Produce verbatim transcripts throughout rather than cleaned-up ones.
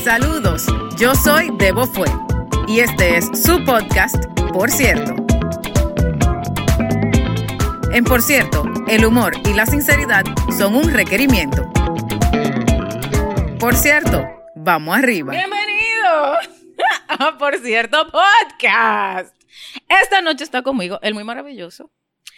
Saludos, yo soy Debo Fue y este es su podcast, Por Cierto. En Por Cierto, el humor y la sinceridad son un requerimiento. Por cierto, vamos arriba. ¡Bienvenidos a Por Cierto Podcast! Esta noche está conmigo el muy maravilloso,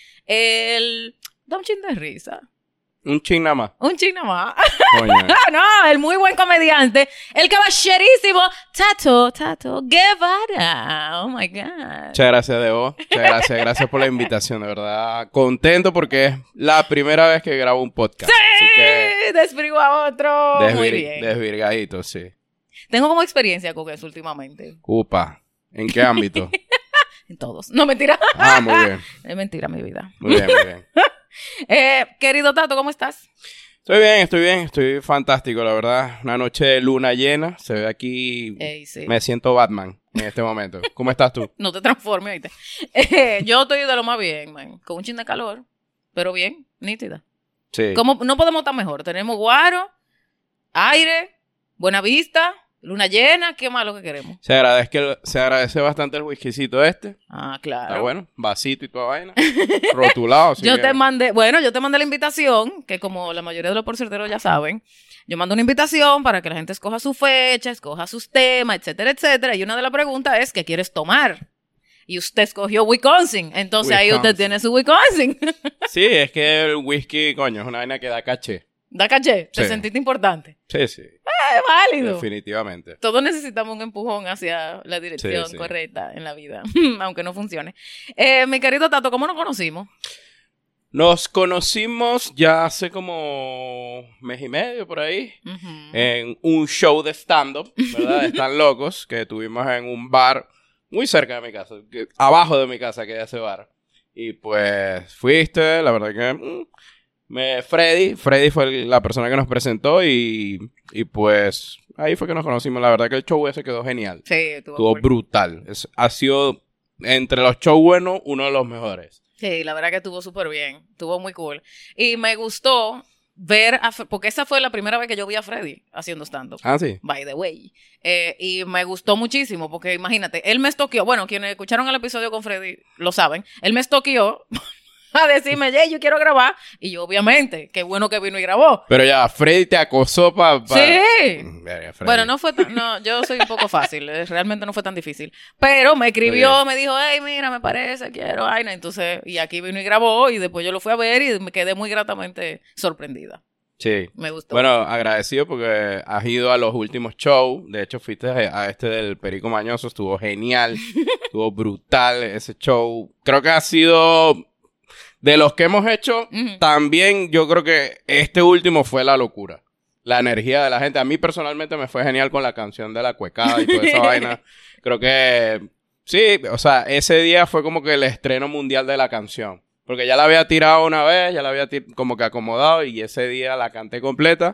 el... da un chin de risa. Un chin nada más. Un chin nada más. Coño. No, el muy buen comediante, el caballerísimo Tato, Tato Guevara. Oh my God. Muchas gracias, Debo. Muchas gracias. Gracias por la invitación, de verdad. Contento porque es la primera vez que grabo un podcast. ¡Sí! Así que Desbrigo a otro. desvir- Muy bien. Desvirgadito, sí. Tengo como experiencia con eso últimamente. Upa. ¿En qué ámbito? En todos. No, mentira. Ah, muy bien. Es mentira, mi vida. Muy bien, muy bien. Eh, querido Tato, ¿cómo estás? Estoy bien, estoy bien. Estoy fantástico, la verdad. Una noche de luna llena. Se ve aquí. Ey, sí. Me siento Batman en este momento. ¿Cómo estás tú? No te transformes, ¿oíste? Eh, yo estoy de lo más bien, man. Con un chin de calor, pero bien, nítida. Sí. ¿Cómo? No podemos estar mejor. Tenemos guaro, aire, buena vista, luna llena. ¿Qué más lo que queremos? Se agradece, se agradece bastante el whiskycito este. Ah, claro. Está bueno. Vasito y toda vaina. Rotulado. así Yo que- te mandé, bueno, yo te mandé la invitación, que como la mayoría de los porcerteros ya saben, yo mando una invitación para que la gente escoja su fecha, escoja sus temas, etcétera, etcétera. Y una de las preguntas es, ¿qué quieres tomar? Y usted escogió Wisconsin. Entonces ahí usted Wisconsin. tiene su Wisconsin. Sí, es que el whisky, coño, es una vaina que da caché. Da caché, te Sí. sentiste importante. Sí, sí. Es válido. Definitivamente. Todos necesitamos un empujón hacia la dirección Sí, sí. correcta en la vida, aunque no funcione. Eh, mi querido Tato, ¿cómo nos conocimos? Nos conocimos ya hace como mes y medio por ahí. Ujú. En un show de stand-up, ¿verdad? Están locos, que tuvimos en un bar muy cerca de mi casa, que- abajo de mi casa que es ese bar. Y pues fuiste, la verdad que... mm, me, Freddy, Freddy fue el- la persona que nos presentó y, y pues ahí fue que nos conocimos. La verdad que el show ese quedó genial. Sí, estuvo Estuvo cool. brutal. Es- ha sido, entre los shows buenos, uno de los mejores. Sí, la verdad que estuvo súper bien. Estuvo muy cool. Y me gustó ver, a Fre- porque esa fue la primera vez que yo vi a Freddy haciendo stand-up. Ah, sí. By the way. Eh, y me gustó muchísimo, porque imagínate, él me estoqueó. Bueno, quienes escucharon el episodio con Freddy lo saben. Él me estoqueó a decirme, "Jay, yo quiero grabar." Y yo, obviamente, qué bueno que vino y grabó. Pero ya, Freddy te acosó para... Pa... Sí. Verga, Freddy. Bueno, no fue tan, no, yo soy un poco fácil, eh, realmente no fue tan difícil. Pero me escribió, me dijo, hey, mira, me parece, quiero vaina. Entonces, y aquí vino y grabó, y después yo lo fui a ver y me quedé muy gratamente sorprendida. Sí. Me gustó. Bueno, agradecido porque has ido a los últimos shows. De hecho, fuiste a a este del Perico Mañoso. Estuvo genial. Estuvo brutal ese show. Creo que ha sido... De los que hemos hecho, Ujú. también yo creo que este último fue la locura. La energía de la gente. A mí personalmente me fue genial con la canción de la cuecada y toda esa vaina. Creo que... Sí, o sea, ese día fue como que el estreno mundial de la canción. Porque ya la había tirado una vez, ya la había tir- como que acomodado y ese día la canté completa.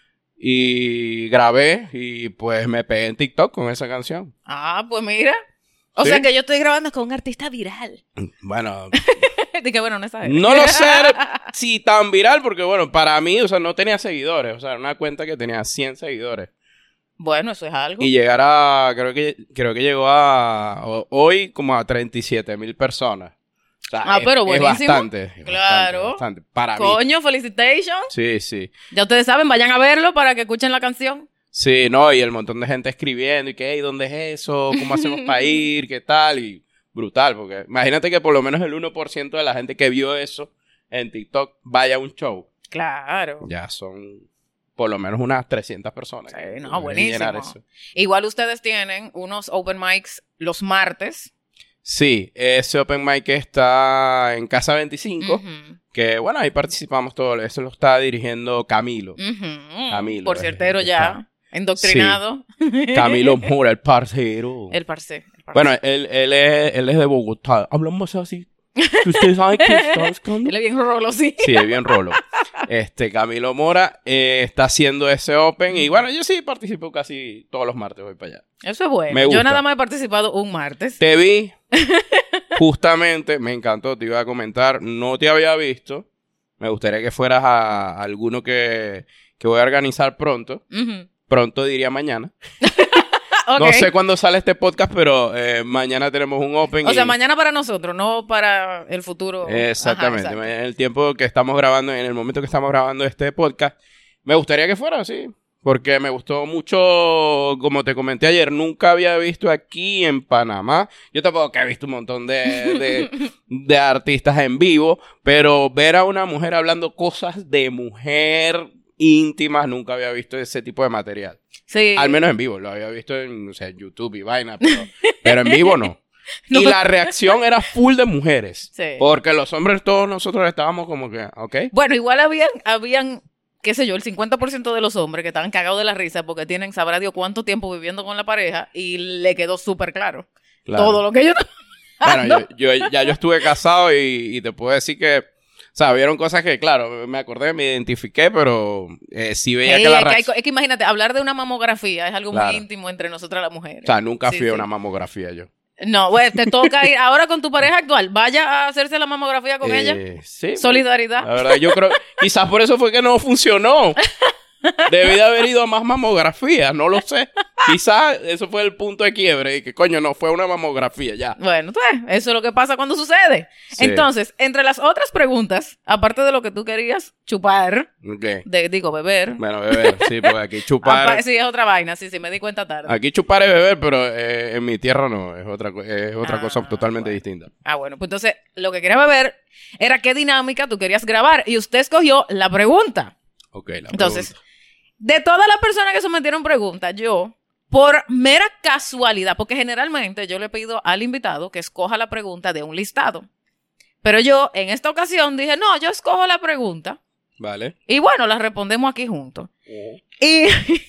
Y grabé y pues me pegué en TikTok con esa canción. Ah, pues mira. O ¿Sí? sea que yo estoy grabando con un artista viral. Bueno, Dije, bueno, no esa es. no lo sé si tan viral porque bueno, para mí, o sea, no tenía seguidores. O sea, era una cuenta que tenía cien seguidores. Bueno, eso es algo. Y llegar a, creo que, creo que llegó a, o- hoy como a treinta y siete mil personas. O sea, Ah, es- pero es buenísimo. bastante. es Claro. Bastante, bastante. Para mí. Coño, felicitations. Sí, sí. Ya ustedes saben, vayan a verlo para que escuchen la canción. Sí, no, y el montón de gente escribiendo y que, hey, ¿dónde es eso? ¿Cómo hacemos para ir? ¿Qué tal? Y brutal, porque imagínate que por lo menos el uno por ciento de la gente que vio eso en TikTok vaya a un show. Claro. Ya son por lo menos unas trescientas personas. Sí, que no, pueden buenísimo. llenar eso. Igual ustedes tienen unos open mics los martes. Sí, ese open mic está en Casa veinticinco, Ujú, que bueno, ahí participamos todos. Eso lo está dirigiendo Camilo. ujú. Camilo, Por eh, certero está. ya. Endoctrinado. Camilo Mora, el parcero. El parce. el parce. Bueno, él, él, es, él es de Bogotá. Hablamos así. Que usted sabe que está buscando. Él es bien rolo, sí. Sí, es bien rolo. Este, Camilo Mora eh, está haciendo ese open. Y bueno, yo sí participo casi todos los martes, voy para allá. Eso es bueno. Me Yo gusta. nada más he participado un martes. Te vi, justamente, me encantó, te iba a comentar. No te había visto. Me gustaría que fueras a alguno que, que voy a organizar pronto. Ujú. Pronto diría mañana. Okay. No sé cuándo sale este podcast, pero eh, mañana tenemos un open. O sea, y... mañana para nosotros, no para el futuro. Exactamente. Ajá, en el tiempo que estamos grabando, en el momento que estamos grabando este podcast, me gustaría que fuera así. Porque me gustó mucho, como te comenté ayer, nunca había visto aquí en Panamá. Yo tampoco que he visto un montón de, de, de artistas en vivo, pero ver a una mujer hablando cosas de mujer íntimas, nunca había visto ese tipo de material. Sí. Al menos en vivo, lo había visto en, o sea, en YouTube y vaina, pero, pero en vivo no. No. Y la reacción era full de mujeres. Sí. Porque los hombres todos nosotros estábamos como que, ¿ok? Bueno, igual habían, habían, qué sé yo, el cincuenta por ciento de los hombres que estaban cagados de la risa porque tienen, sabrá Dios cuánto tiempo viviendo con la pareja y le quedó súper claro, Claro. todo lo que yo... Bueno, yo, yo, ya yo estuve casado y, y te puedo decir que, o sea, vieron cosas que, claro, me acordé, me identifiqué, pero eh, sí veía Sí, que la es, que hay reacción... co- es que imagínate, hablar de una mamografía es algo Claro. muy íntimo entre nosotras las mujeres. O sea, nunca Sí, fui a sí. una mamografía yo. No, güey, te toca ir ahora con tu pareja actual. Vaya a hacerse la mamografía con Eh, ella. Sí. Solidaridad. La verdad, yo creo... Quizás por eso fue que no funcionó. Debí de haber ido a más mamografías, no lo sé. Quizás eso fue el punto de quiebre y que, coño, no fue una mamografía, ya. Bueno, pues, eso es lo que pasa cuando sucede. Sí. Entonces, entre las otras preguntas, aparte de lo que tú querías chupar, Ok. de, digo, beber. Bueno, beber, sí, porque aquí chupar... apa- sí, es otra vaina, sí, sí, me di cuenta tarde. Aquí chupar es beber, pero eh, en mi tierra no, es otra, co- es otra Ah, cosa totalmente bueno. distinta. Ah, bueno, pues entonces, lo que quería beber era qué dinámica tú querías grabar y usted escogió la pregunta. Ok, la Entonces, pregunta. de todas las personas que sometieron preguntas, yo, por mera casualidad, porque generalmente yo le pido al invitado que escoja la pregunta de un listado. Pero yo, en esta ocasión, dije, no, yo escojo la pregunta. Vale. Y bueno, la respondemos aquí juntos. Y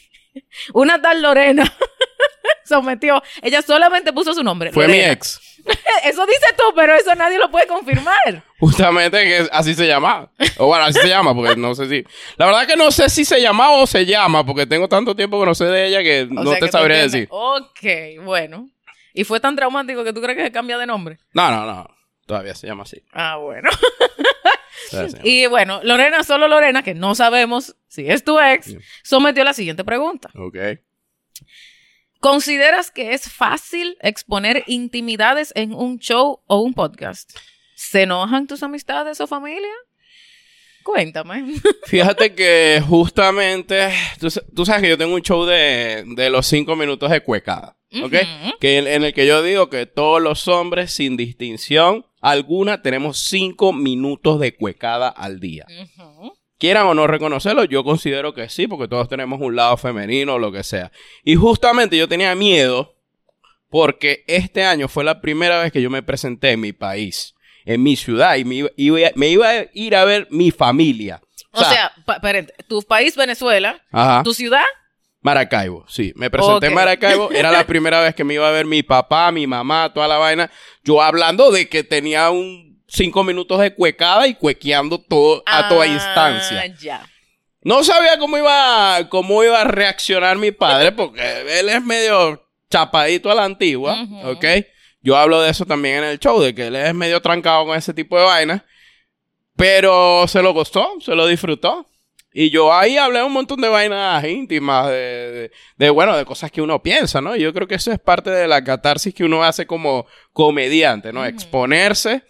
una tal Lorena sometió, ella solamente puso su nombre. Fue Lorena. mi ex. Eso dices tú, pero eso nadie lo puede confirmar. Justamente que así se llamaba. O bueno, así se llama, porque no sé si... La verdad que no sé si se llamaba o se llama, porque tengo tanto tiempo que no sé de ella que O no sea, te que tú sabría entiendes. decir. Ok, bueno. ¿Y fue tan traumático que tú crees que se cambia de nombre? No, no, no. Todavía se llama así. Ah, bueno. Todavía se llama. Y bueno, Lorena, solo Lorena, que no sabemos si es tu ex, Yeah. sometió la siguiente pregunta. Ok. ¿Consideras que es fácil exponer intimidades en un show o un podcast? ¿Se enojan tus amistades o familia? Cuéntame. Fíjate que justamente... Tú, sa- tú sabes que yo tengo un show de, de los cinco minutos de cuecada. ¿Ok? Ujú. Que en, en el que yo digo que todos los hombres, sin distinción alguna, tenemos cinco minutos de cuecada al día. Ujú. Quieran o no reconocerlo, yo considero que sí, porque todos tenemos un lado femenino o lo que sea. Y justamente yo tenía miedo porque este año fue la primera vez que yo me presenté en mi país, en mi ciudad, y me iba, iba- me iba a ir a ver mi familia. O sea, pa- espérate, tu país, Venezuela, ajá, tu ciudad, Maracaibo, sí. Me presenté Ok. en Maracaibo. Era la primera vez que me iba a ver mi papá, mi mamá, toda la vaina. Yo hablando de que tenía un cinco minutos de cuecada y cuequeando todo a toda Ah, instancia. Ya. No sabía cómo iba, cómo iba a reaccionar mi padre, porque él es medio chapadito a la antigua, Ujú. ¿ok? Yo hablo de eso también en el show, de que él es medio trancado con ese tipo de vainas. Pero se lo gustó, se lo disfrutó. Y yo ahí hablé un montón de vainas íntimas, de, de, de, bueno, de cosas que uno piensa, ¿no? Y yo creo que eso es parte de la catarsis que uno hace como comediante, ¿no? Ujú. Exponerse.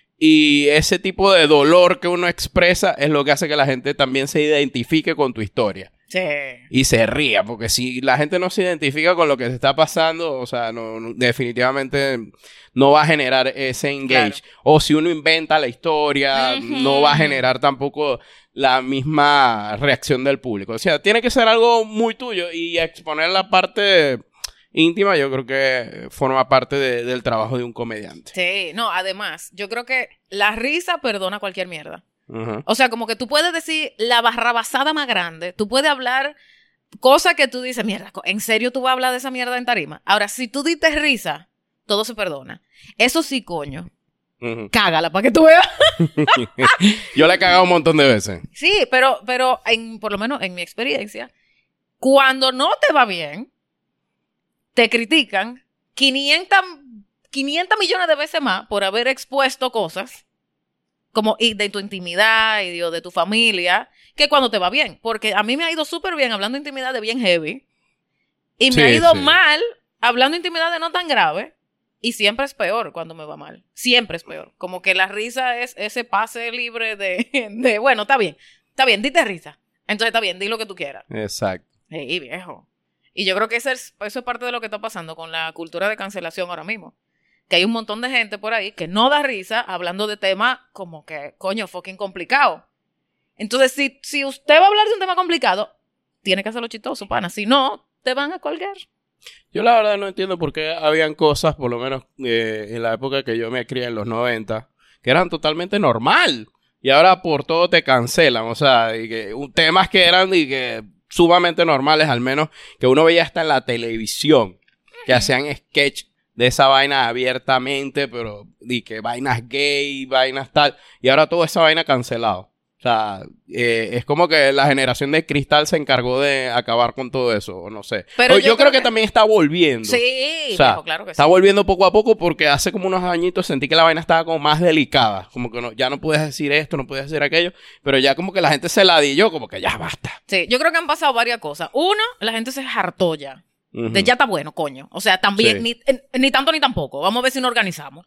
Y ese tipo de dolor que uno expresa es lo que hace que la gente también se identifique con tu historia. Sí. Y se ría, porque si la gente no se identifica con lo que se está pasando, o sea, no, no- definitivamente no va a generar ese engage. Claro. O si uno inventa la historia, Ujú. no va a generar tampoco la misma reacción del público. O sea, tiene que ser algo muy tuyo y exponer la parte íntima, yo creo que forma parte de- del trabajo de un comediante. Sí, no, además, yo creo que la risa perdona cualquier mierda. Ujú. O sea, como que tú puedes decir la barrabasada más grande, tú puedes hablar cosas que tú dices, mierda, ¿en serio tú vas a hablar de esa mierda en tarima? Ahora, si tú dices risa, todo se perdona. Eso sí, coño, Ujú. cágala para que tú veas. Yo le he cagado un montón de veces. Sí, pero, pero en, por lo menos en mi experiencia, cuando no te va bien, te critican quinientos, quinientos millones de veces más por haber expuesto cosas como y de tu intimidad y de, de tu familia, que cuando te va bien. Porque a mí me ha ido súper bien hablando de intimidad de bien heavy. Y me Sí, ha ido sí. mal hablando de intimidad de no tan grave. Y siempre es peor cuando me va mal. Siempre es peor. Como que la risa es ese pase libre de, de bueno, está bien. Está bien, dite risa. Entonces está bien, di lo que tú quieras. Exacto. Ey, viejo. Y yo creo que eso es, eso es parte de lo que está pasando con la cultura de cancelación ahora mismo. Que hay un montón de gente por ahí que no da risa hablando de temas como que, coño, fucking complicado. Entonces, si, si usted va a hablar de un tema complicado, tiene que hacerlo chistoso, pana. Si no, te van a colgar. Yo la verdad no entiendo por qué habían cosas, por lo menos eh, en la época que yo me crié en los noventa, que eran totalmente normal. Y ahora por todo te cancelan. O sea, y que, un, temas que eran y que sumamente normales, al menos que uno veía hasta en la televisión, que uh-huh. hacían sketch de esa vaina abiertamente, pero y que vainas gay, vainas tal. Y ahora toda esa vaina cancelado. O sea, eh, es como que la generación de cristal se encargó de acabar con todo eso, o no sé. Pero yo, yo yo creo creo que, que también está volviendo. Sí, o sea, viejo, claro que está sí. volviendo poco a poco porque hace como unos añitos sentí que la vaina estaba como más delicada. Como que no, ya no puedes decir esto, no puedes decir aquello. Pero ya como que la gente se ladilló, como que ya basta. Sí, yo creo que han pasado varias cosas. Uno, la gente se hartó ya. Uh-huh. De ya está bueno, coño. O sea, también, Sí. ni, eh, ni tanto ni tampoco. Vamos a ver si nos organizamos.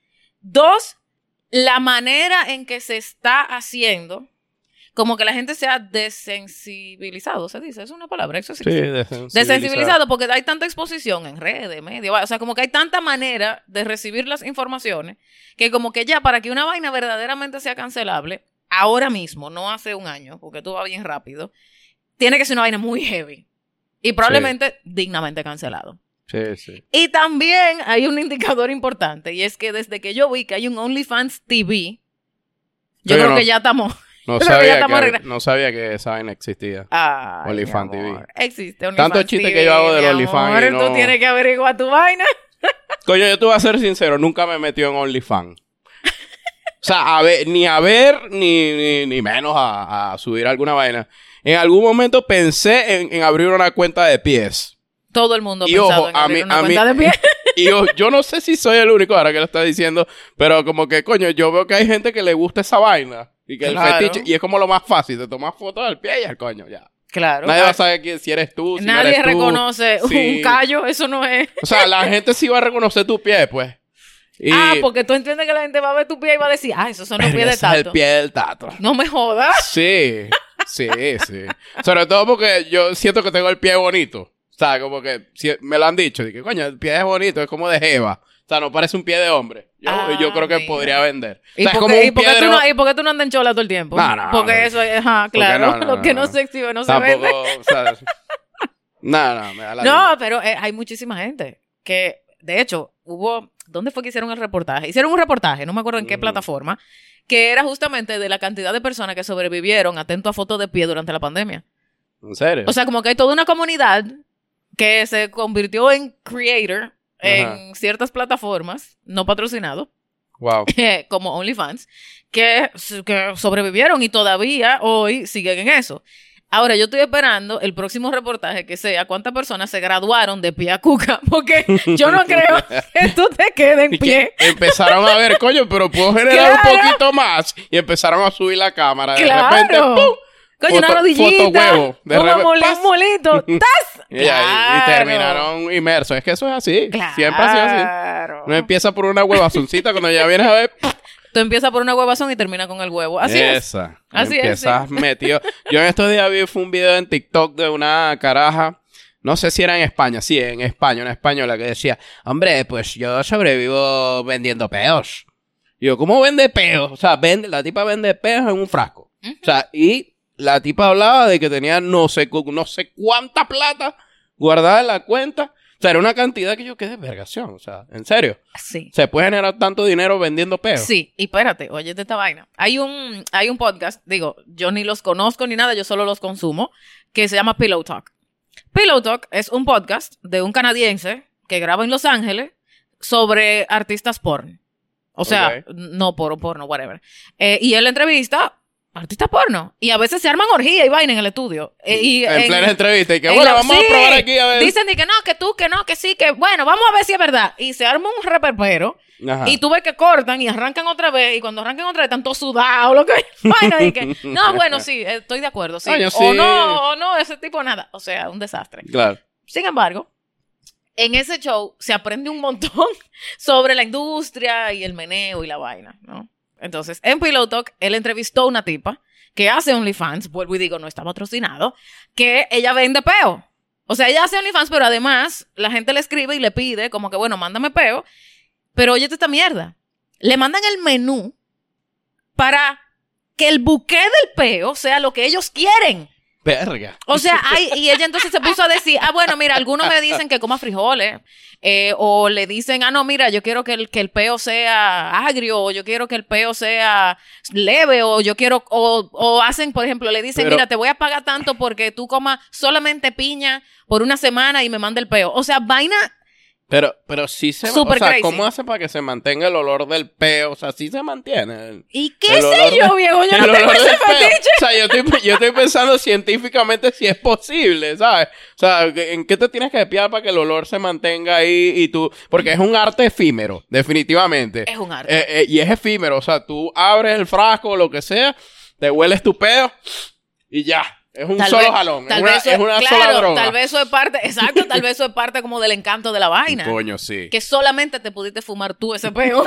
Dos, la manera en que se está haciendo, como que la gente se ha desensibilizado, se dice, es una palabra, eso existe. Sí, desensibilizado. Desensibilizado, porque hay tanta exposición en redes, medios, o sea, como que hay tanta manera de recibir las informaciones, que como que ya para que una vaina verdaderamente sea cancelable, ahora mismo, no hace un año, porque todo va bien rápido, tiene que ser una vaina muy heavy. Y probablemente sí. dignamente cancelado. Sí, sí. Y también hay un indicador importante, y es que desde que yo vi que hay un OnlyFans T V, yo Pero creo no, que ya estamos... No que sabía ya que, que, no sabía que esa vaina existía. Ay, OnlyFans T V. Existe OnlyFans Tanto chiste T V, que yo hago del mi OnlyFans amor, y no... tú tienes que averiguar tu vaina. Coño, yo te voy a ser sincero, nunca me he metido en OnlyFans. O sea, a ver, ni a ver, ni, ni, ni menos a, a subir alguna vaina. En algún momento pensé en, en abrir una cuenta de pies. Todo el mundo ha y pensado ojo, en abrir a mí, una a cuenta mí, de pies. Y yo, yo no sé si soy el único ahora que lo está diciendo, pero como que, coño, yo veo que hay gente que le gusta esa vaina. Y que Claro. el fetiche, y es como lo más fácil, te tomas fotos del pie y el coño, ya. Claro. Nadie va a saber quién, si eres tú, si no Nadie eres tú. reconoce Sí. un callo, eso no es. O sea, la gente sí va a reconocer tu pie, pues. Y, Ah, porque tú entiendes que la gente va a ver tu pie y va a decir, ah, esos son los verga, pies de ese es el Tato. pie del Tato. No me jodas. Sí, sí, sí. Sobre todo porque yo siento que tengo el pie bonito. O sea, como que si, me lo han dicho. Dije, coño, el pie es bonito, es como de jeva. O sea, no parece un pie de hombre. Yo, Ah, yo creo que mira. podría vender. ¿Y, O sea, es por como qué, un y, por pie qué de tú no- no, ¿Y por qué tú no andas en chola todo el tiempo? No, no, Porque no. eso es, ajá, Porque claro. no, no, lo que no, no, no. se exhibe no se Tampoco, vende. o sea... No, no, me da la No, vida. pero eh, hay muchísima gente que, de hecho, hubo... ¿Dónde fue que hicieron el reportaje? Hicieron un reportaje, no me acuerdo en qué Ujú. plataforma, que era justamente de la cantidad de personas que sobrevivieron atento a fotos de pie durante la pandemia. ¿En serio? O sea, como que hay toda una comunidad que se convirtió en creator en Ajá. ciertas plataformas, no patrocinado, Wow. como OnlyFans, que, que sobrevivieron y todavía hoy siguen en eso. Ahora, yo estoy esperando el próximo reportaje que sea cuántas personas se graduaron de pie a cuca, porque yo no creo que tú te quedes en Y pie. que empezaron a ver, coño, pero puedo generar Claro. un poquito más. Y empezaron a subir la cámara. De Claro. repente, ¡pum! Coño, una Foto- rodillita, fotohuevo. De un repente, amole- ¡paz! un molito, ¡tas! Y, ahí- y Claro. terminaron inmersos. Es que eso es así. Claro. Siempre ha sido así. Uno empieza por una huevazoncita cuando ya vienes a ver. Tú empiezas por una huevazón y termina con el huevo. Así es. Esa. Así es, Empiezas sí. metido. Yo en estos días vi fue un video en TikTok de una caraja. No sé si era en España. Sí, en España. Una española que decía, hombre, pues yo sobrevivo vendiendo peos. Y yo, ¿cómo vende peos? O sea, vende, la tipa vende peos en un frasco. Ujú. O sea, y la tipa hablaba de que tenía no sé, cu- no sé cuánta plata guardada en la cuenta. O sea, era una cantidad que yo quedé vergación. O sea, en serio. Sí. ¿Se puede generar tanto dinero vendiendo peos? Sí, y espérate, óyete esta vaina. Hay un, hay un podcast, digo, yo ni los conozco ni nada, yo solo los consumo, que se llama Pillow Talk. Pillow Talk es un podcast de un canadiense que graba en Los Ángeles sobre artistas porno. O sea, Ok. no por porno, whatever. Eh, y él entrevista artistas porno. Y a veces se arman orgías y vaina en el estudio. Eh, y, en, en plena entrevista. Y que, en bueno, la- vamos sí, a probar aquí a ver. Dicen de que no, que tú, que no, que sí, que bueno, vamos a ver si es verdad. Y se arma un reperpero. Ajá. Y tú ves que cortan y arrancan otra vez. Y cuando arrancan otra vez están todos sudados. Lo que vaina. Y que, no, bueno, sí, eh, estoy de acuerdo. Sí. Coño, sí. O no, o no, ese tipo nada. O sea, un desastre. Claro. Sin embargo, en ese show se aprende un montón sobre la industria y el meneo y la vaina, ¿no? Entonces, en Pillow Talk, él entrevistó a una tipa que hace OnlyFans, vuelvo y digo, no está patrocinado, que ella vende peo. O sea, ella hace OnlyFans, pero además la gente le escribe y le pide como que, bueno, mándame peo, pero óyete esta mierda. Le mandan el menú para que el buqué del peo sea lo que ellos quieren. Verga. O sea, hay, y ella entonces se puso a decir, ah, bueno, mira, algunos me dicen que coma frijoles, eh, o le dicen, ah, no, mira, yo quiero que el, que el peo sea agrio, o yo quiero que el peo sea leve, o yo quiero, o, o hacen, por ejemplo, le dicen, Pero- mira, te voy a pagar tanto porque tú comas solamente piña por una semana y me manda el peo. O sea, vaina, Pero, pero sí se... Super o sea, crazy. ¿cómo hace para que se mantenga el olor del peo? O sea, sí se mantiene. el- ¿y qué el olor sé yo, de- viejo? Yo el no tengo olor ese del peo. fetiche. O sea, yo estoy, yo estoy pensando científicamente si es posible, ¿sabes? O sea, ¿en qué te tienes que espiar para que el olor se mantenga ahí y tú... Porque es un arte efímero, definitivamente. Es un arte. Eh, eh, y es efímero. O sea, tú abres el frasco o lo que sea, te hueles tu peo y ya. Es un Tal solo vez- jalón. tal Es una, vez eso es una claro, sola droga. Tal vez eso es parte, exacto, tal vez eso es parte como del encanto de la vaina. Coño, sí. Que solamente te pudiste fumar tú ese peo.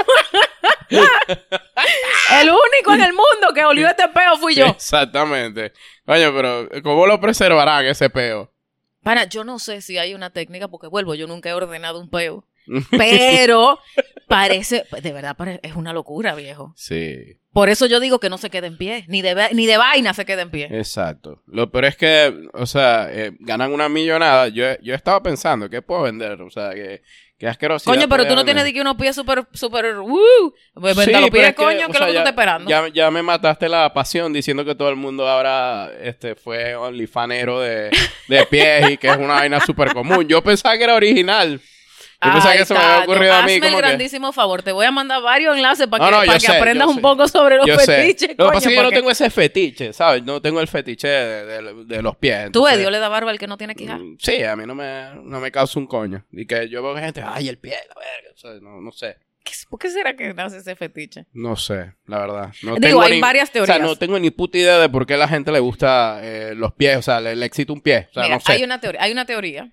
El único en el mundo que olió este peo fui yo. Exactamente. Coño, pero ¿cómo lo preservarán ese peo? Para, yo no sé si hay una técnica, porque vuelvo, yo nunca he ordenado un peo. Pero parece, de verdad, pare- es una locura, viejo. Sí, Por eso yo digo que no se quede en pie. Ni de, ve- ni de vaina se quede en pie. exacto. Lo peor es que, o sea, eh, ganan una millonada. Yo, yo estaba pensando, ¿qué puedo vender? O sea, que, que asquerosidad. Coño, pero tú no podría tienes vender. de que unos pies súper, súper, uh, venda Sí, los pero pies, es que, coño, o que es sea, lo que tú ya- estás esperando. Ya, ya me mataste la pasión diciendo que todo el mundo ahora este, fue OnlyFanero de, de pies y que es una vaina súper común. Yo pensaba que era original. Yo pensaba Ahí que se me está. había ocurrido No, a mí. hazme el como que... grandísimo favor. Te voy a mandar varios enlaces para No, que, no, yo para que sé, aprendas yo un sé. poco sobre los Yo sé. fetiches. Lo que coño, pasa es que yo no porque tengo ese fetiche, ¿sabes? No tengo el fetiche de, de- de los pies. Tú ves, entonces- Dios le da barba al que no tiene quija. Mm, Sí, a mí no me, no me causa un coño. Y que yo veo gente, ay, el pie, la verga. O sea, no, no sé. ¿Qué- ¿Por qué será que nace ese fetiche? No sé, la verdad. No Digo, tengo hay ni- varias teorías. O sea, no tengo ni puta idea de por qué a la gente le gusta eh, los pies. O sea, le, le excita un pie. O sea, Mira, no sé. hay una teoría, hay una teoría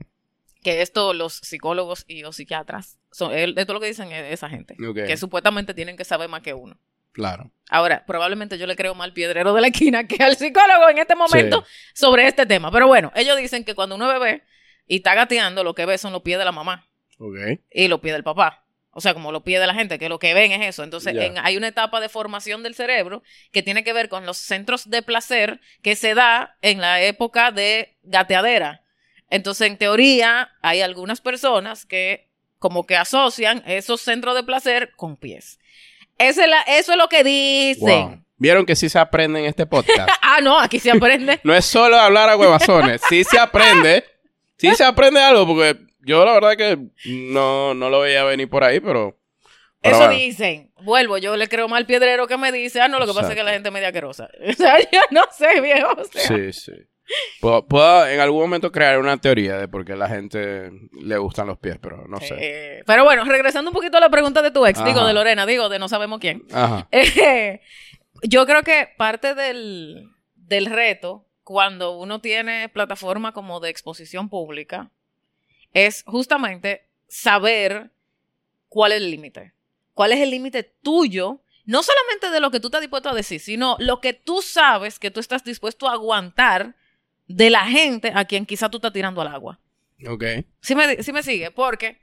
que esto los psicólogos y los psiquiatras, son, el- esto es lo que dicen e- esa gente, Ok. que supuestamente tienen que saber más que uno. Claro. Ahora, probablemente yo le creo más al piedrero de la esquina que al psicólogo en este momento sobre este tema. Pero bueno, ellos dicen que cuando uno es bebé y está gateando, lo que ve son los pies de la mamá Ok. y los pies del papá. O sea, como los pies de la gente, que lo que ven es eso. Entonces, Ya. en- hay una etapa de formación del cerebro que tiene que ver con los centros de placer que se da en la época de gateadera. Entonces, en teoría, hay algunas personas que como que asocian esos centros de placer con pies. Esa es la- eso es lo que dicen. Wow. Vieron que sí se aprende en este podcast. Ah, no, aquí se aprende. No es solo hablar a huevazones. Sí se aprende. Sí se aprende algo porque yo la verdad que no, no lo veía venir por ahí, pero... pero Eso bueno. dicen. Vuelvo, yo le creo más al piedrero que me dice, ah, no, lo que pasa es que Exacto. la gente es media asquerosa. O sea, yo no sé, viejo. O sea, Sí, sí. Puedo, puedo en algún momento crear una teoría de por qué a la gente le gustan los pies, pero no sé. eh, pero bueno, regresando un poquito a la pregunta de tu ex, digo, Ajá. de Lorena, digo, de no sabemos quién. Ajá. Eh, yo creo que parte del, del reto, cuando uno tiene plataforma como de exposición pública, es justamente saber cuál es el límite. ¿Cuál es el límite tuyo? No solamente de lo que tú estás dispuesto a decir, sino lo que tú sabes que tú estás dispuesto a aguantar de la gente a quien quizá tú estás tirando al agua. Ok. Sí me, sí me sigue, porque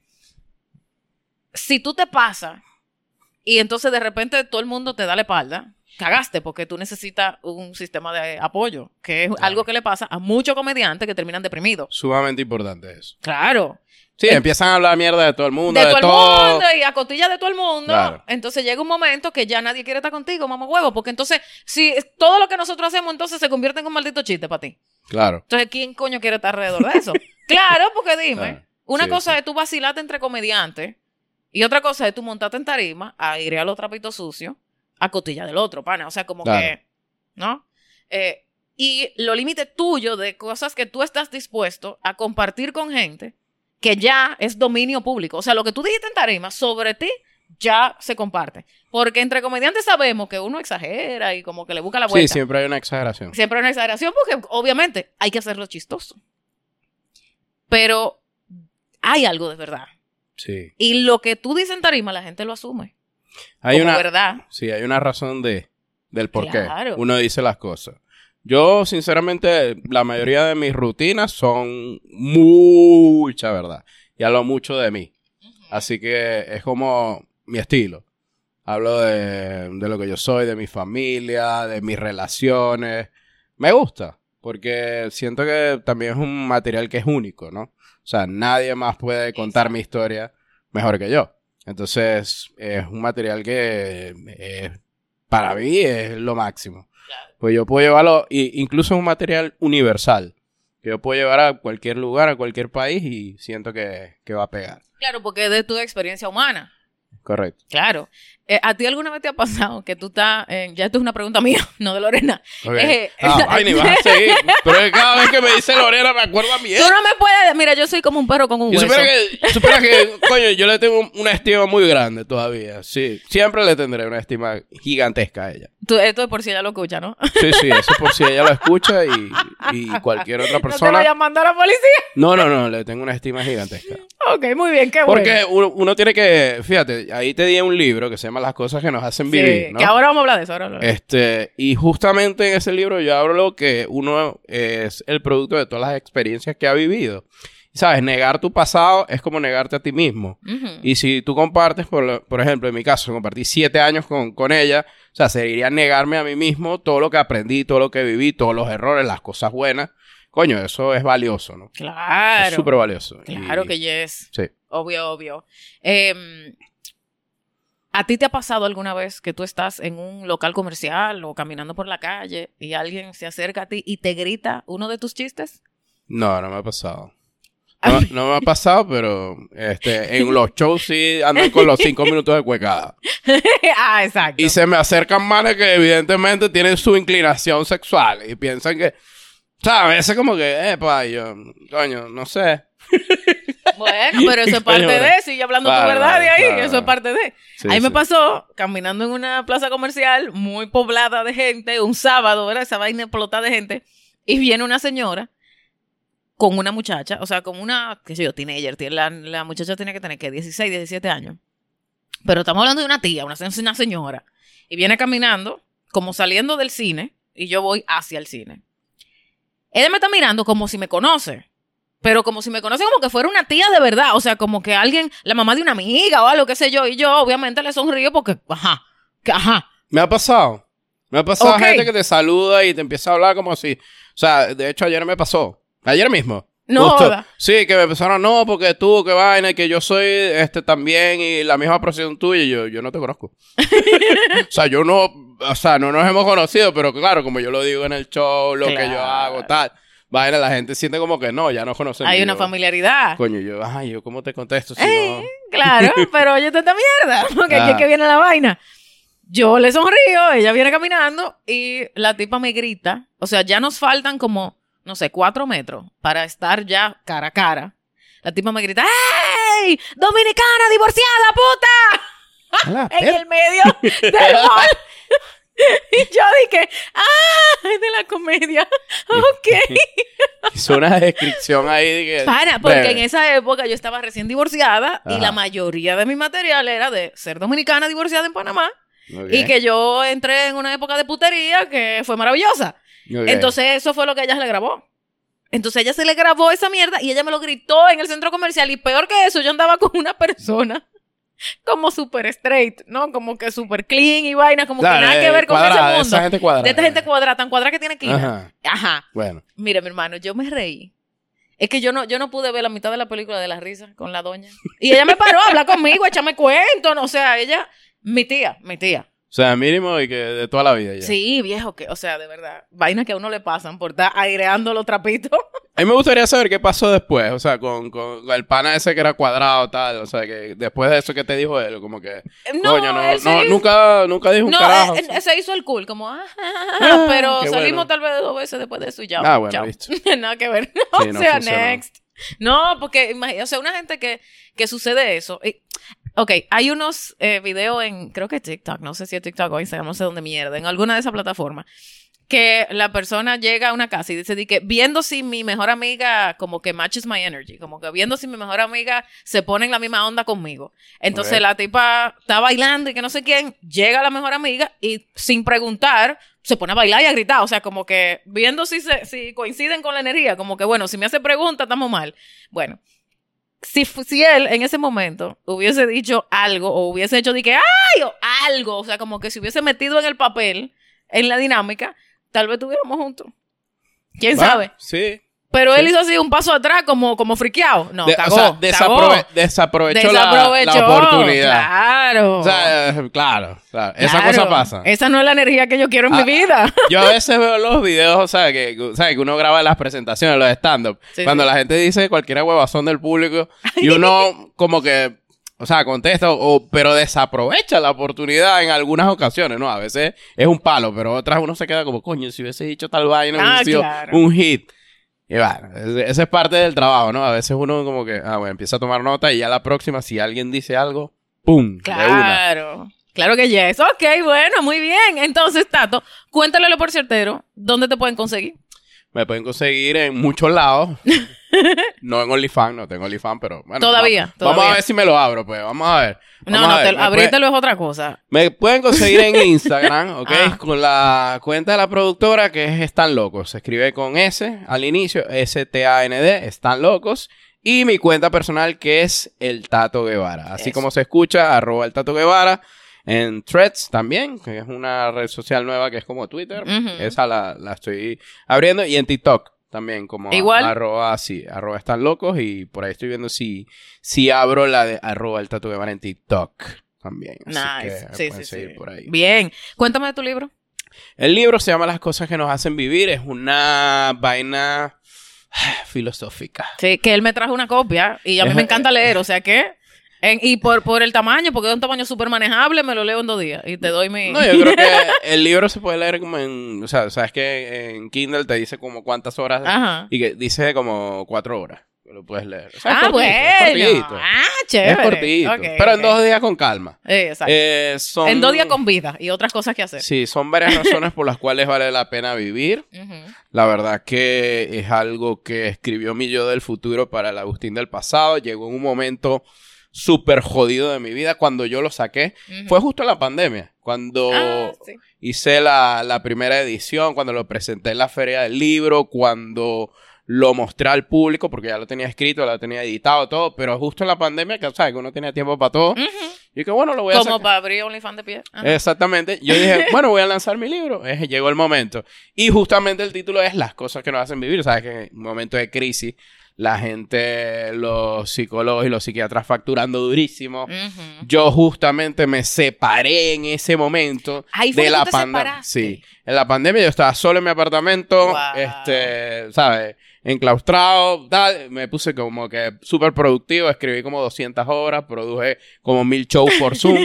si tú te pasas y entonces de repente todo el mundo te da la espalda, cagaste porque tú necesitas un sistema de apoyo, que es Claro. algo que le pasa a muchos comediantes que terminan deprimidos. Sumamente importante eso. Claro. Sí, Eh, empiezan a hablar mierda de todo el mundo, De, de, todo el todo. mundo y a costilla de todo el mundo. Claro. Entonces llega un momento que ya nadie quiere estar contigo, mamá huevo, porque entonces si todo lo que nosotros hacemos entonces se convierte en un maldito chiste para ti. Claro. Entonces, ¿quién coño quiere estar alrededor de eso? Claro, porque dime, Claro. una Sí, cosa sí. es tú vacilarte entre comediantes y otra cosa es tú montarte en tarima a ir a los trapitos sucios a costilla del otro, pana. O sea, como Claro. que ¿no? Eh, y los límites tuyos de cosas que tú estás dispuesto a compartir con gente que ya es dominio público. O sea, lo que tú dijiste en tarima sobre ti ya se comparte. Porque entre comediantes sabemos que uno exagera y como que le busca la vuelta. Sí, siempre hay una exageración. Siempre hay una exageración porque obviamente hay que hacerlo chistoso. Pero hay algo de verdad. Sí. Y lo que tú dices en tarima, la gente lo asume. Hay como una, verdad. Sí, hay una razón de, del por qué Claro. uno dice las cosas. Yo, sinceramente, la mayoría de mis rutinas son mucha verdad. Y hablo mucho de mí. Uh-huh. Así que es como mi estilo. Hablo de, de lo que yo soy, de mi familia, de mis relaciones. Me gusta, porque siento que también es un material que es único, ¿no? O sea, nadie más puede contar Exacto. mi historia mejor que yo. Entonces, es un material que eh, para mí es lo máximo. Claro. Pues yo puedo llevarlo, y incluso es un material universal, que yo puedo llevar a cualquier lugar, a cualquier país, y siento que, que va a pegar. Claro, porque es de tu experiencia humana. Correcto. Claro. Eh, ¿A ti alguna vez te ha pasado que tú estás... Eh, ya esto es una pregunta mía, no de Lorena. Okay. Eh, ah, ay, ni vas a seguir. Pero es que cada vez que me dice Lorena me acuerdo a mí. ¿eh? Tú no me puedes... Mira, yo soy como un perro con un y hueso. Supera que, supera que, coño, yo le tengo una estima muy grande todavía. Sí, siempre le tendré una estima gigantesca a ella. Tú, esto es por si ella lo escucha, ¿no? Sí, sí, eso es por si ella lo escucha y, y cualquier otra persona. ¿No te vaya a mandar a la policía? No, no, no, le tengo una estima gigantesca. Ok, muy bien, qué Porque bueno. uno, uno tiene que, fíjate, ahí te di un libro que se llama Las cosas que nos hacen Sí, vivir, ¿no? que ahora vamos a hablar de eso. Ahora hablo de eso. Este, y justamente en ese libro yo hablo que uno es el producto de todas las experiencias que ha vivido. ¿Sabes? Negar tu pasado es como negarte a ti mismo. Uh-huh. Y si tú compartes, por, por ejemplo, en mi caso, compartí siete años con, con ella, o sea, sería negarme a mí mismo todo lo que aprendí, todo lo que viví, todos los errores, las cosas buenas. Coño, eso es valioso, ¿no? Claro. Es súper valioso. Claro y... que yes. Sí. Obvio, obvio. Eh, ¿A ti te ha pasado alguna vez que tú estás en un local comercial o caminando por la calle y alguien se acerca a ti y te grita uno de tus chistes? No, no me ha pasado. No, no me ha pasado, pero este, en los shows sí andan con los cinco minutos de cuecada. Ah, exacto. Y se me acercan manes que evidentemente tienen su inclinación sexual y piensan que, ¿sabes? A veces como que, epa, yo, coño, no sé. Bueno, pero eso es parte de, sigue hablando claro, tu verdad de ahí, claro, eso es parte de. Sí, ahí sí. me pasó, caminando en una plaza comercial muy poblada de gente, un sábado, ¿verdad? Esa vaina explotada de gente, y viene una señora con una muchacha, o sea, con una, qué sé yo, teenager, la, la muchacha tiene que tener, ¿qué? dieciséis, diecisiete años. Pero estamos hablando de una tía, una, una señora, y viene caminando, como saliendo del cine, y yo voy hacia el cine. Ella me está mirando como si me conoce. Pero como si me conoce como que fuera una tía de verdad. O sea, como que alguien, la mamá de una amiga o algo, qué sé yo. Y yo obviamente le sonrío porque, ajá, que, ajá. Me ha pasado. Me ha pasado Okay. gente que te saluda y te empieza a hablar como si... O sea, de hecho ayer me pasó. Ayer mismo. No Justo. joda. Sí, que me empezaron, no, porque tú, que vaina, y que yo soy este también y la misma profesión tuya. Y yo, yo no te conozco. O sea, yo no... O sea, no nos hemos conocido, pero claro, como yo lo digo en el show, lo Claro. que yo hago, tal... Vaina, la gente siente como que no, ya nos conocemos. Hay una yo, familiaridad. Coño, yo, ay, yo, ¿cómo te contesto si Eh, no...? Claro, pero oye, esta mierda. Porque aquí es Ah. que viene la vaina. Yo le sonrío, ella viene caminando y la tipa me grita. O sea, ya nos faltan como, no sé, cuatro metros para estar ya cara a cara. La tipa me grita, ¡ey! ¡Dominicana divorciada, puta! Ala, En per- el medio del mall. Y yo dije, ¡ah! Es de la comedia. Ok. Hizo una descripción ahí de que... Para, porque breve. en esa época yo estaba recién divorciada y Ajá. la mayoría de mi material era de ser dominicana divorciada en Panamá. Ok, Y que yo entré en una época de putería que fue maravillosa. ok. Entonces eso fue lo que ella se le grabó. Entonces ella se le grabó esa mierda y ella me lo gritó en el centro comercial. Y peor que eso, yo andaba con una persona como súper straight, ¿no? Como que súper clean y vaina, como Claro, que nada que eh, ver con cuadrada, ese esa mundo. gente cuadrada. De esta gente cuadrada, tan cuadrada que tiene esquina. Ajá. Ajá. Bueno. Mira, mi hermano, yo me reí. Es que yo no, yo no pude ver la mitad de la película de la risa con la doña. Y ella me paró a hablar conmigo, a echarme cuento, no, o sea, ella, mi tía, mi tía. O sea, mínimo y que de toda la vida ya. Sí, viejo, que, o sea, de verdad, vainas que a uno le pasan por estar aireando los trapitos. A mí me gustaría saber qué pasó después, o sea, con, con, con el pana ese que era cuadrado, tal, o sea, que después de eso que te dijo él, como que, No, coño, no, él se no hizo- nunca, nunca dijo un No, carajo. eh, eh, se hizo el cool, como, ah, Ah, pero qué salimos bueno. tal vez dos veces después de eso y ya. Ah, bueno, chao. listo. Nada que ver. No, Sí, no o sea, funcionó. next. No, porque, imagínate, o sea, una gente que, que sucede eso. Y, ok, hay unos eh, videos en, creo que TikTok, no sé si es TikTok o Instagram, no sé dónde mierda, en alguna de esas plataformas, que la persona llega a una casa y dice di que viendo si mi mejor amiga como que matches my energy, como que viendo si mi mejor amiga se pone en la misma onda conmigo. Entonces Ok. la tipa está bailando y que no sé quién, llega la mejor amiga y sin preguntar se pone a bailar y a gritar, o sea, como que viendo si se si coinciden con la energía, como que bueno, si me hace pregunta estamos mal. Bueno, si, fu- si él en ese momento hubiese dicho algo o hubiese hecho de que ¡ay! O algo, o sea, como que se hubiese metido en el papel, en la dinámica, tal vez estuviéramos juntos. ¿Quién Va, sabe? Sí. Pero Sí. él hizo así un paso atrás como, como friqueado. No, De- cagó, o sea, cagó. desaprove- desaprovechó, la- Desaprovechó, La, oportunidad. Claro. O sea, eh, claro, claro. Esa Claro. cosa pasa. Esa no es la energía que yo quiero en Ah, mi vida. Yo a veces veo los videos, o sea, que, o sea, que uno graba las presentaciones, los stand-up. Sí, cuando sí. la gente dice cualquier huevazón del público y uno como que, o sea, contesta, o, pero desaprovecha la oportunidad en algunas ocasiones, ¿no? A veces es un palo, pero otras uno se queda como, coño, si hubiese dicho tal vaina, Ah, hubiese sido claro. un hit. Y bueno, ese, ese es parte del trabajo, ¿no? A veces uno como que, ah, bueno, empieza a tomar nota y ya la próxima, si alguien dice algo, ¡pum! De una. Claro. Claro que yes. Ok, bueno, muy bien. Entonces, Tato, cuéntale por certero, ¿dónde te pueden conseguir? Me pueden conseguir en muchos lados. No en OnlyFans, no tengo OnlyFans, pero bueno. Todavía, va- todavía. Vamos a ver si me lo abro, pues. Vamos a ver. No, Vamos no, a ver. te, Me abrírtelo es otra cosa. puede- Me pueden conseguir en Instagram, ¿ok? Ah. Con la cuenta de la productora que es Están Locos. Se escribe con S al inicio, S T A N D, Están Locos. Y mi cuenta personal que es El Tato Guevara. Así Eso. como se escucha, arroba El Tato Guevara. En Threads también, que es una red social nueva que es como Twitter. Ujú. Esa la, la estoy abriendo. Y en TikTok también, como Igual. a- arroba, sí, arroba Están Locos. Y por ahí estoy viendo si, si abro la de arroba El Tato Guevara en TikTok también. Así Nice. que Sí, pueden sí, seguir sí. por ahí. Bien. Cuéntame de tu libro. El libro se llama Las cosas que nos hacen vivir. Es una vaina filosófica. Sí, que él me trajo una copia y a mí Es- me encanta leer, o sea que... en- y por, por el tamaño, porque es un tamaño súper manejable, me lo leo en dos días y te doy mi... No, yo creo que el libro se puede leer como en... O sea, sabes que en Kindle te dice como cuántas horas... Ajá. Y que dice como cuatro horas. Que lo puedes leer. O sea, es Ah, cortito, bueno. es cortito. Ah, chévere. Es cortito. Ok, pero en ok. dos días con calma. Eh, exacto. Eh, son... En dos días con vida y otras cosas que hacer. Sí, son varias razones por las cuales vale la pena vivir. Ujú. La verdad que es algo que escribió mi yo del futuro para el Agustín del pasado. Llegó en un momento súper jodido de mi vida cuando yo lo saqué. Ujú. Fue justo en la pandemia. Cuando Ah, sí. hice la, la primera edición, cuando lo presenté en la feria del libro, cuando lo mostré al público, porque ya lo tenía escrito, lo tenía editado, todo. Pero justo en la pandemia, que sabes que uno tenía tiempo para todo. Ujú. Y que bueno, lo voy a Como sacar. para abrir OnlyFans de pie. Ajá. Exactamente. Yo dije, bueno, voy a lanzar mi libro. Eh, llegó el momento. Y justamente el título es Las cosas que nos hacen vivir. Sabes que en un momento de crisis, la gente, los psicólogos y los psiquiatras facturando durísimo. Ujú. Yo justamente me separé en ese momento Ahí fue de que la tú te pandemia. separaste. Sí. En la pandemia yo estaba solo en mi apartamento, Wow. este, ¿sabes? Enclaustrado, tal. Me puse como que súper productivo, escribí como doscientas obras, produje como mil shows por Zoom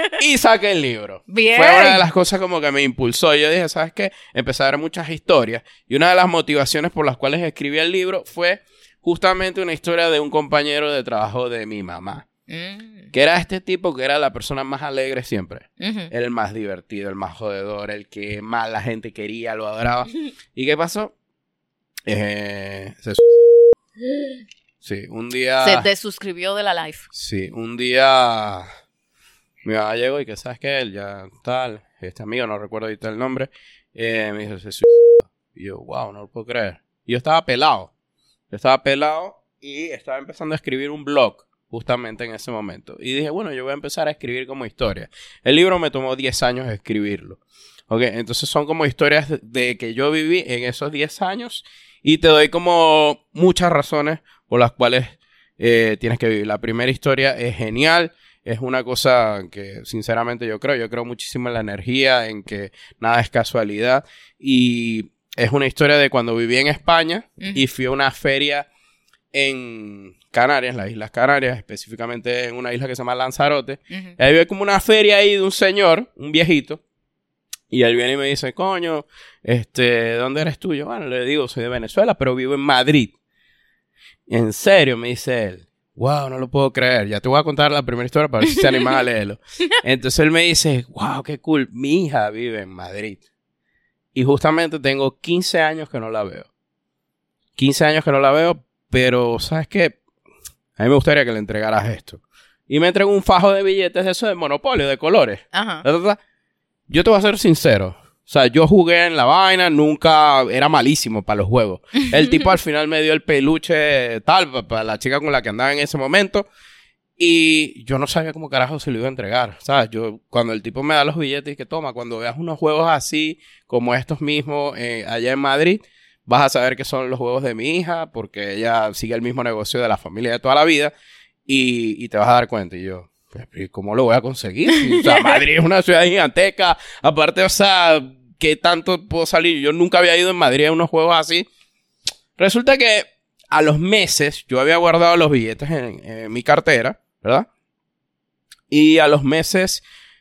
y saqué el libro. Bien. Fue una de las cosas como que me impulsó. Yo dije, ¿sabes qué? Empecé a ver muchas historias y una de las motivaciones por las cuales escribí el libro fue justamente una historia de un compañero de trabajo de mi mamá. Mm. Que era este tipo que era la persona más alegre siempre. Ujú. El más divertido, el más jodedor, el que más la gente quería, lo adoraba. ¿Y qué pasó? Eh, se suicidó. Sí, un día... Se desuscribió de la live. Sí, un día mi mamá llegó y que, ¿sabes qué? Él ya tal, este amigo, no recuerdo ahorita el nombre, eh, me dijo, se suicidó. Y yo, wow, no lo puedo creer. Y yo estaba pelado. Yo estaba pelado y estaba empezando a escribir un blog justamente en ese momento. Y dije, bueno, yo voy a empezar a escribir como historia. El libro me tomó diez años escribirlo. Ok, entonces son como historias de, de que yo viví en esos diez años y te doy como muchas razones por las cuales eh, tienes que vivir. La primera historia es genial. es una cosa que sinceramente yo creo, yo creo muchísimo en la energía, en que nada es casualidad. Y es una historia de cuando viví en España uh-huh. y fui a una feria en Canarias, las Islas Canarias, específicamente en una isla que se llama Lanzarote. Uh-huh. Y ahí había como una feria ahí de un señor, un viejito. Y él viene y me dice, coño, este, ¿de dónde eres tú? Yo, bueno, le digo, soy de Venezuela, pero vivo en Madrid. En serio, me dice él. Wow, no lo puedo creer. Ya te voy a contar la primera historia para ver si se animan a leerlo. Entonces él me dice, wow, qué cool. Mi hija vive en Madrid. Y justamente tengo quince años que no la veo. quince años que no la veo, pero ¿sabes qué? A mí me gustaría que le entregaras esto. Y me entregó un fajo de billetes de eso de Monopolio, de colores. Ajá. Yo te voy a ser sincero. O sea, yo jugué en la vaina, nunca era malísimo para los juegos. El tipo al final me dio el peluche tal, para la chica con la que andaba en ese momento. Y yo no sabía cómo carajo se lo iba a entregar. ¿Sabes? Yo, cuando el tipo me da los billetes y que toma, cuando veas unos juegos así, como estos mismos, eh, allá en Madrid, vas a saber que son los juegos de mi hija, porque ella sigue el mismo negocio de la familia de toda la vida. Y, y te vas a dar cuenta. Y yo, ¿cómo lo voy a conseguir? O sea, Madrid es una ciudad gigantesca. Aparte, o sea, ¿qué tanto puedo salir? Yo nunca había ido en Madrid a unos juegos así. Resulta que a los meses yo había guardado los billetes en, en mi cartera, ¿verdad? Y a los meses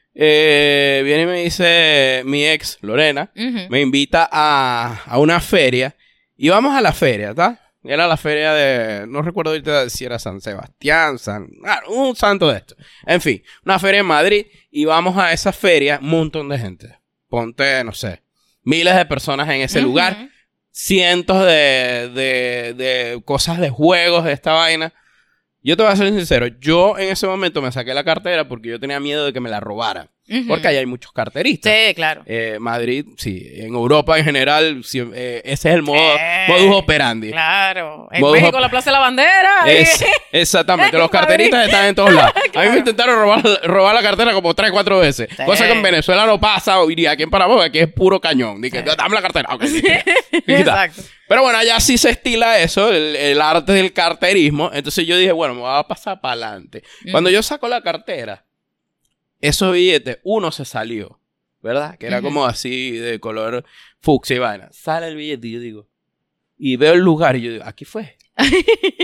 eh, viene y me dice mi ex, Lorena, uh-huh. me invita a, a una feria. Y vamos a la feria, ¿tá? Era la feria de... No recuerdo ahorita si era San Sebastián, San... Ah, un santo de esto. En fin, una feria en Madrid. Y vamos a esa feria, un montón de gente. Ponte, no sé, miles de personas en ese uh-huh. lugar. Cientos de, de, de cosas de juegos de esta vaina. Yo te voy a ser sincero. Yo en ese momento me saqué la cartera porque yo tenía miedo de que me la robaran. Uh-huh. Porque ahí hay muchos carteristas. Sí, claro. Eh, Madrid, sí. En Europa en general, sí, eh, ese es el modo, eh, modus operandi. Claro. En modus México, op- la Plaza de la Bandera. Es, exactamente. Los carteristas están en todos lados. Claro. A mí me intentaron robar, robar la cartera como tres, cuatro veces. Sí. Cosa que en Venezuela no pasa. Y aquí en Panamá, aquí es puro cañón. Dije, sí. dame la cartera. Okay, sí. Exacto. Pero bueno, allá sí se estila eso, el, el arte del carterismo. Entonces yo dije, bueno, me voy a pasar para adelante. Mm. Cuando yo saco la cartera, esos billetes, uno se salió, ¿verdad? Que era uh-huh. como así de color fucsia y vaina. Sale el billete y yo digo, y veo el lugar y yo digo, aquí fue. Claro.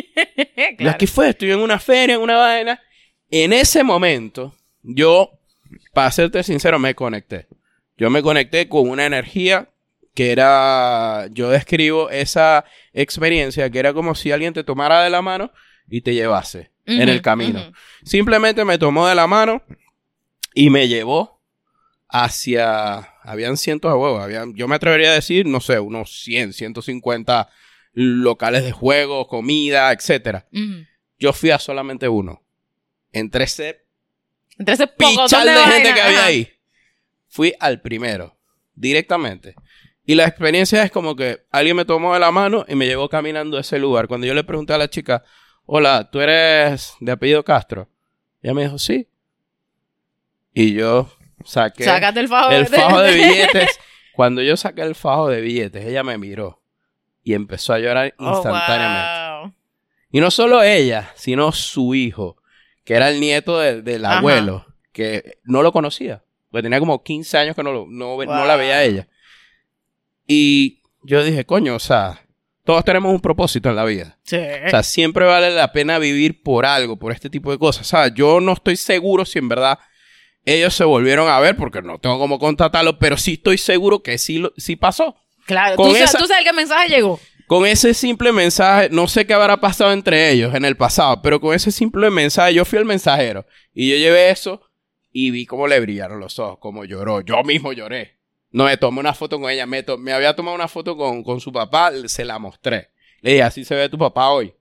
Y aquí fue, estoy en una feria, en una vaina. En ese momento, yo, para serte sincero, me conecté. Yo me conecté con una energía que era, yo describo esa experiencia que era como si alguien te tomara de la mano y te llevase uh-huh, en el camino. Uh-huh. Simplemente me tomó de la mano y me llevó hacia... Habían cientos de juegos. Habían, yo me atrevería a decir, no sé, unos cien, ciento cincuenta locales de juegos, comida, etcétera. Uh-huh. Yo fui a solamente uno. Entre ese... Entre ese poco pichal de, de gente vaina. que había Ajá. ahí. Fui al primero. Directamente. Y la experiencia es como que alguien me tomó de la mano y me llevó caminando a ese lugar. Cuando yo le pregunté a la chica, hola, ¿tú eres de apellido Castro? Ella me dijo, sí. Y yo saqué Sácate el fajo, el de... fajo de billetes. Cuando yo saqué el fajo de billetes, ella me miró y empezó a llorar instantáneamente. Oh, wow. Y no solo ella, sino su hijo, que era el nieto de, del Ajá. abuelo, que no lo conocía. Porque tenía como quince años que no, lo, no, wow. no la veía a ella. Y yo dije, coño, o sea, todos tenemos un propósito en la vida. Sí. O sea, siempre vale la pena vivir por algo, por este tipo de cosas. O sea, yo no estoy seguro si en verdad ellos se volvieron a ver, porque no tengo cómo contratarlo, pero sí estoy seguro que sí, lo, sí pasó. Claro, tú, esa, tú sabes qué mensaje llegó. Con ese simple mensaje, no sé qué habrá pasado entre ellos en el pasado, pero con ese simple mensaje, yo fui el mensajero. Y yo llevé eso y vi cómo le brillaron los ojos, cómo lloró. Yo mismo lloré. No me tomé una foto con ella, me, to- me había tomado una foto con, con su papá, se la mostré. Le dije, así se ve tu papá hoy.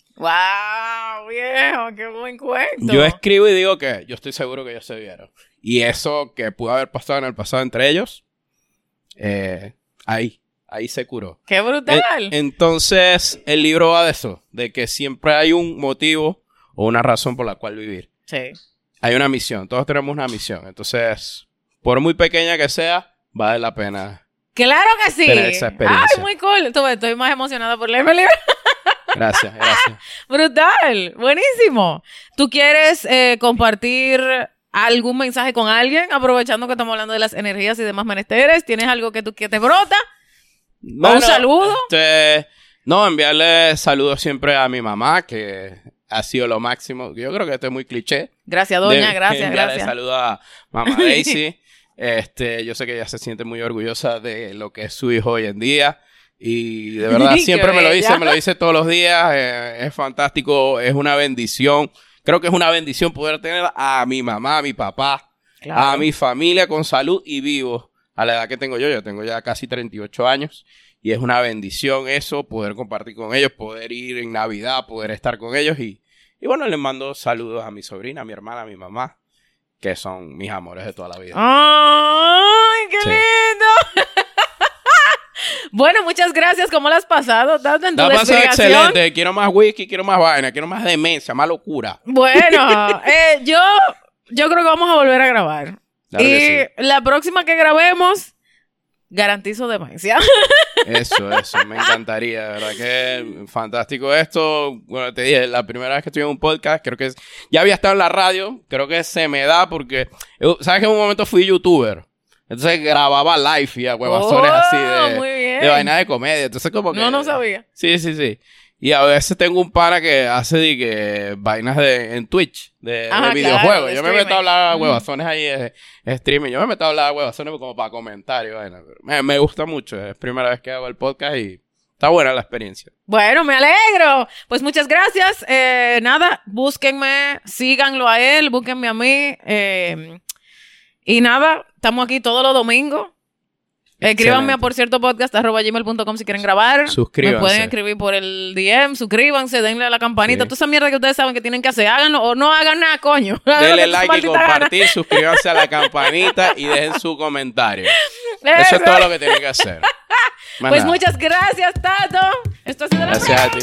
¡Wow, viejo! ¡Qué buen cuento! Yo escribo y digo que yo estoy seguro que ellos se vieron. Y eso que pudo haber pasado en el pasado entre ellos, eh, ahí, ahí se curó. ¡Qué brutal! En, entonces, el libro va de eso, de que siempre hay un motivo o una razón por la cual vivir. Sí. Hay una misión, todos tenemos una misión. Entonces, por muy pequeña que sea, vale la pena. ¡Claro que sí! Tener esa experiencia. ¡Ay, muy cool! Tú, estoy más emocionada por leerme el libro. Gracias, gracias. Brutal, buenísimo. ¿Tú quieres eh, compartir algún mensaje con alguien, aprovechando que estamos hablando de las energías y demás menesteres? ¿Tienes algo que, tú, que te brota? Bueno, ¿Un saludo? Este, no, enviarle saludos siempre a mi mamá, que ha sido lo máximo. Yo creo que esto es muy cliché. Gracias, doña, de, gracias, enviarle gracias. saludos a mamá Daisy. este, yo sé que ella se siente muy orgullosa de lo que es su hijo hoy en día. Y de verdad, siempre me lo dice, me lo dice todos los días. Eh, es fantástico, es una bendición. Creo que es una bendición poder tener a mi mamá, a mi papá, claro. a mi familia con salud y vivos. A la edad que tengo yo, yo tengo ya casi treinta y ocho años. Y es una bendición eso, poder compartir con ellos, poder ir en Navidad, poder estar con ellos. Y, y bueno, les mando saludos a mi sobrina, a mi hermana, a mi mamá, que son mis amores de toda la vida. ¡Ay, qué Sí. lindo! Bueno, muchas gracias. ¿Cómo la has pasado? Tanto en tu La pasado desvirgación. excelente. Quiero más whisky, quiero más vaina, quiero más demencia, más locura. Bueno, eh, yo, yo creo que vamos a volver a grabar. Claro y que la próxima que grabemos, garantizo demencia. Eso, eso, me encantaría, de verdad que fantástico esto. Bueno, te dije, la primera vez que estuve en un podcast, creo que es, ya había estado en la radio, creo que se me da porque, ¿sabes que en un momento fui youtuber? Entonces grababa live y a huevazones Oh, así de, muy bien. de vainas de comedia. Entonces como que... No, no sabía. Sí, sí, sí. Y a veces tengo un pana que hace de que vainas de, en Twitch, de, Ajá, de videojuegos. claro, de yo me meto a streaming. hablar a Mm. huevazones ahí de, de streaming. Yo me meto a hablar a huevazones como para comentar y vaina. Me, me gusta mucho. Es primera vez que hago el podcast y está buena la experiencia. Bueno, me alegro. Pues muchas gracias. Eh, nada, búsquenme, síganlo a él, búsquenme a mí. Eh, y nada, estamos aquí todos los domingos. Escríbanme a Excelente. por cierto podcast arroba gmail punto com si quieren grabar. Suscríbanse. Me pueden escribir por el D M, suscríbanse, denle a la campanita. Sí. Toda esa mierda que ustedes saben que tienen que hacer, háganlo o no hagan nada, coño. Hagan lo Denle que su like y maldita gana. compartir, suscríbanse a la campanita y dejen su comentario. Eso Eso. es todo lo que tienen que hacer. Más Pues nada. muchas gracias, Tato. Esto ha sido la Gracias a ti.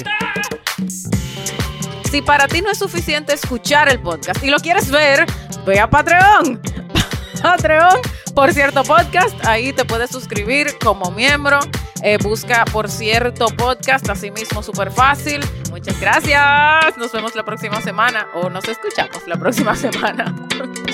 Si para ti no es suficiente escuchar el podcast y lo quieres ver, ve a Patreon. Patreon, por cierto podcast, ahí te puedes suscribir como miembro. Eh, busca por cierto podcast, así mismo súper fácil. Muchas gracias. Nos vemos la próxima semana o nos escuchamos la próxima semana.